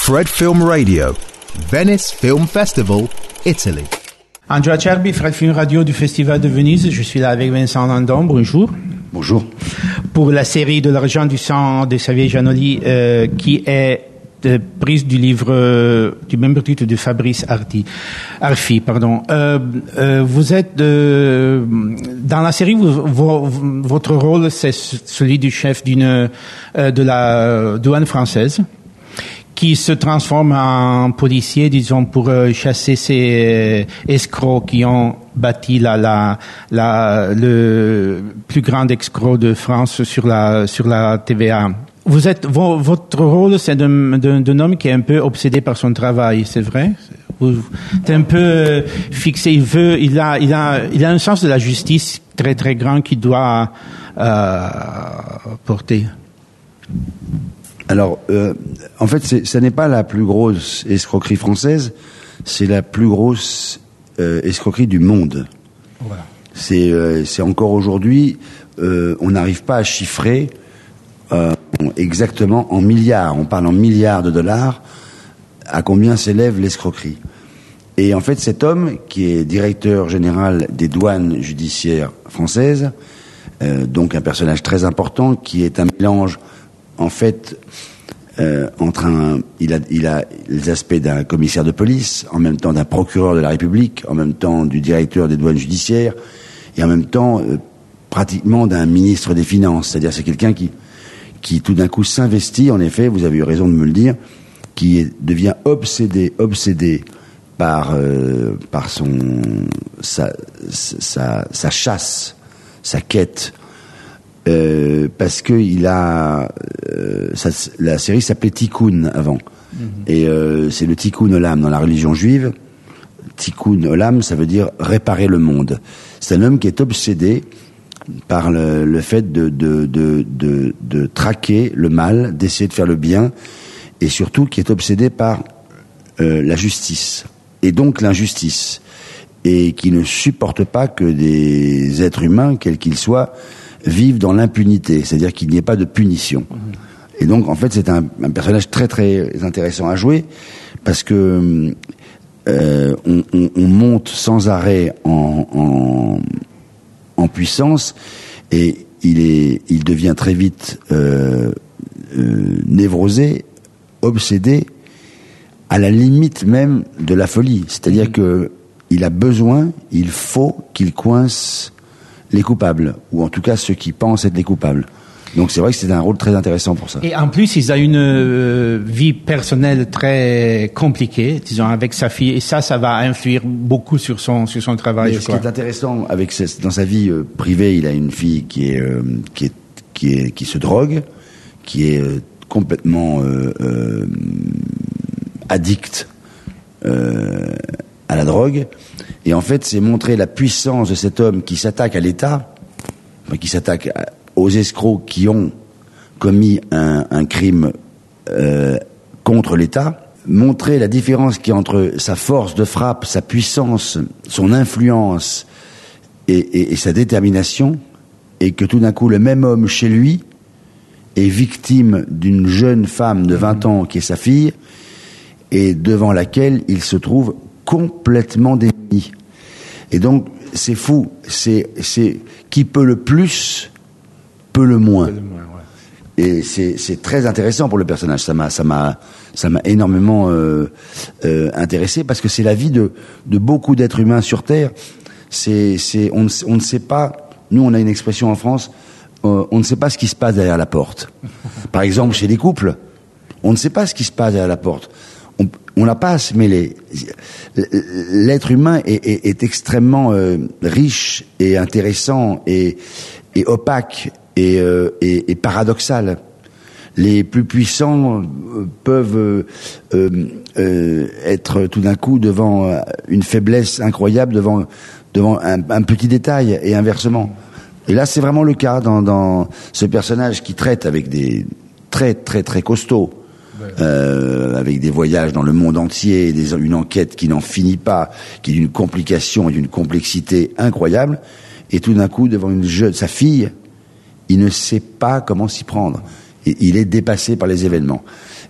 Fred Film Radio, Venice Film Festival, Italy. Andrea Cerbi, Fred Film Radio du Festival de Venise. Je suis là avec Vincent Landon. Bonjour. Bonjour. Pour la série de l'argent du sang de Xavier Giannoli, qui est prise du livre du même titre de Fabrice Arfi. Vous êtes dans la série. Votre rôle, c'est celui du chef de la douane française, qui se transforme en policier, disons, pour chasser ces escrocs qui ont bâti le plus grand escroc de France sur la TVA. Votre rôle, c'est d'un homme qui est un peu obsédé par son travail, c'est vrai? C'est un peu fixé. Il a un sens de la justice très très grand qu'il doit porter. Alors, en fait, ce n'est pas la plus grosse escroquerie française, c'est la plus grosse escroquerie du monde. Voilà. C'est encore aujourd'hui, on n'arrive pas à chiffrer exactement en milliards. On parle en milliards de dollars. À combien s'élève l'escroquerie? Et en fait, cet homme, qui est directeur général des douanes judiciaires françaises, donc un personnage très important, qui est un mélange, en fait, il a les aspects d'un commissaire de police, en même temps d'un procureur de la République, en même temps du directeur des douanes judiciaires, et en même temps pratiquement d'un ministre des Finances. C'est-à-dire, c'est quelqu'un qui tout d'un coup s'investit, en effet, vous avez eu raison de me le dire, devient obsédé par sa chasse, sa quête. Parce que la série s'appelait Tikkun avant. Et c'est le Tikkun Olam dans la religion juive. Tikkun Olam, ça veut dire réparer le monde. C'est un homme qui est obsédé par le fait de traquer le mal, d'essayer de faire le bien, et surtout qui est obsédé par la justice, et donc l'injustice, et qui ne supporte pas que des êtres humains, quels qu'ils soient, vivent dans l'impunité, c'est-à-dire qu'il n'y ait pas de punition. Et donc, en fait, c'est un personnage très très intéressant à jouer, parce que on monte sans arrêt en puissance, et il devient très vite névrosé, obsédé, à la limite même de la folie. C'est-à-dire que il faut qu'il coince les coupables, ou en tout cas ceux qui pensent être les coupables. Donc c'est vrai que c'est un rôle très intéressant pour ça. Et en plus, il a une vie personnelle très compliquée, disons, avec sa fille, et ça va influer beaucoup sur son travail. Mais ce qui est intéressant dans sa vie privée, il a une fille qui se drogue, qui est complètement addict à la drogue. Et en fait, c'est montrer la puissance de cet homme qui s'attaque à l'État, qui s'attaque aux escrocs qui ont commis un crime contre l'État, montrer la différence qu'il y a entre sa force de frappe, sa puissance, son influence et sa détermination, et que tout d'un coup, le même homme chez lui est victime d'une jeune femme de 20 ans qui est sa fille, et devant laquelle il se trouve complètement démuni. Et donc, c'est fou. C'est qui peut le plus, peut le moins. Ouais. Et c'est très intéressant pour le personnage. Ça m'a énormément intéressé, parce que c'est la vie de beaucoup d'êtres humains sur Terre. On ne sait pas. Nous, on a une expression en France. On ne sait pas ce qui se passe derrière la porte. Par exemple, chez les couples, on ne sait pas ce qui se passe derrière la porte. On n'a pas à se mêler. L'être humain est extrêmement riche et intéressant et opaque et paradoxal. Les plus puissants peuvent être tout d'un coup devant une faiblesse incroyable, devant un petit détail, et inversement. Et là, c'est vraiment le cas dans ce personnage qui traite avec des très très très costauds, avec des voyages dans le monde entier, une enquête qui n'en finit pas, qui est d'une complication et d'une complexité incroyable, et tout d'un coup, devant sa fille, il ne sait pas comment s'y prendre. Et il est dépassé par les événements.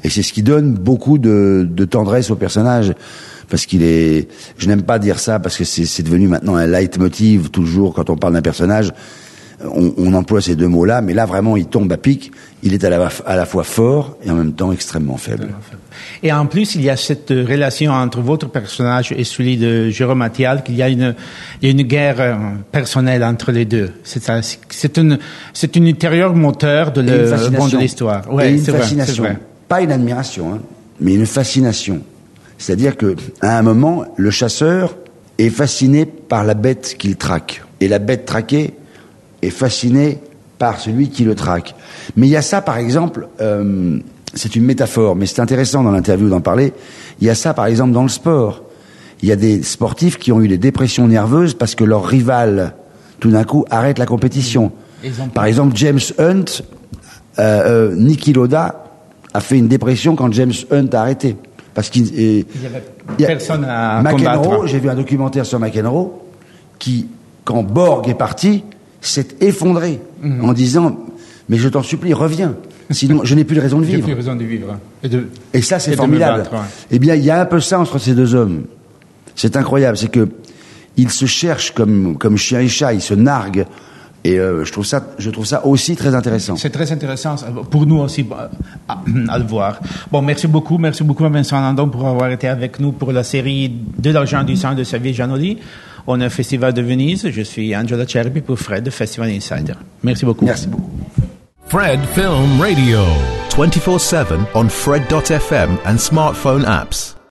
Et c'est ce qui donne beaucoup de tendresse au personnage. Parce qu'il est, je n'aime pas dire ça parce que c'est devenu maintenant un leitmotiv toujours quand on parle d'un personnage, on emploie ces deux mots-là, mais là vraiment il tombe à pic, il est à la fois fort et en même temps extrêmement faible. Et en plus il y a cette relation entre votre personnage et celui de Jérôme Attial, qu'il y a une guerre personnelle entre les deux. C'est un intérieur moteur de l'histoire. Ouais, et une fascination, pas une admiration, hein, mais une fascination. C'est-à-dire que, à un moment, le chasseur est fasciné par la bête qu'il traque. Et la bête traquée est fascinée par celui qui le traque. Mais il y a ça, par exemple, c'est une métaphore, mais c'est intéressant dans l'interview d'en parler. Il y a ça, par exemple, dans le sport. Il y a des sportifs qui ont eu des dépressions nerveuses parce que leur rival, tout d'un coup, arrête la compétition. Par exemple, James Hunt, Niki Lauda a fait une dépression quand James Hunt a arrêté. Parce qu'il y avait personne à McEnroe, combattre. j'ai vu un documentaire sur McEnroe qui, quand Borg est parti, s'est effondré en disant « Mais je t'en supplie, reviens, sinon je n'ai plus de raison de vivre. » J'ai plus raison de vivre. Et ça, c'est formidable. Eh bien, il y a un peu ça entre ces deux hommes. C'est incroyable, c'est que ils se cherchent comme chien et chat, ils se narguent. Et je trouve ça aussi très intéressant. C'est très intéressant pour nous aussi à le voir. Bon, merci beaucoup à Vincent Landon pour avoir été avec nous pour la série De l'argent du sang de Xavier Giannoli. On est au Festival de Venise. Je suis Angela Cherby pour Fred, Festival Insider. Merci beaucoup. Merci beaucoup. Fred Film Radio. 24/7 on Fred.fm and smartphone apps.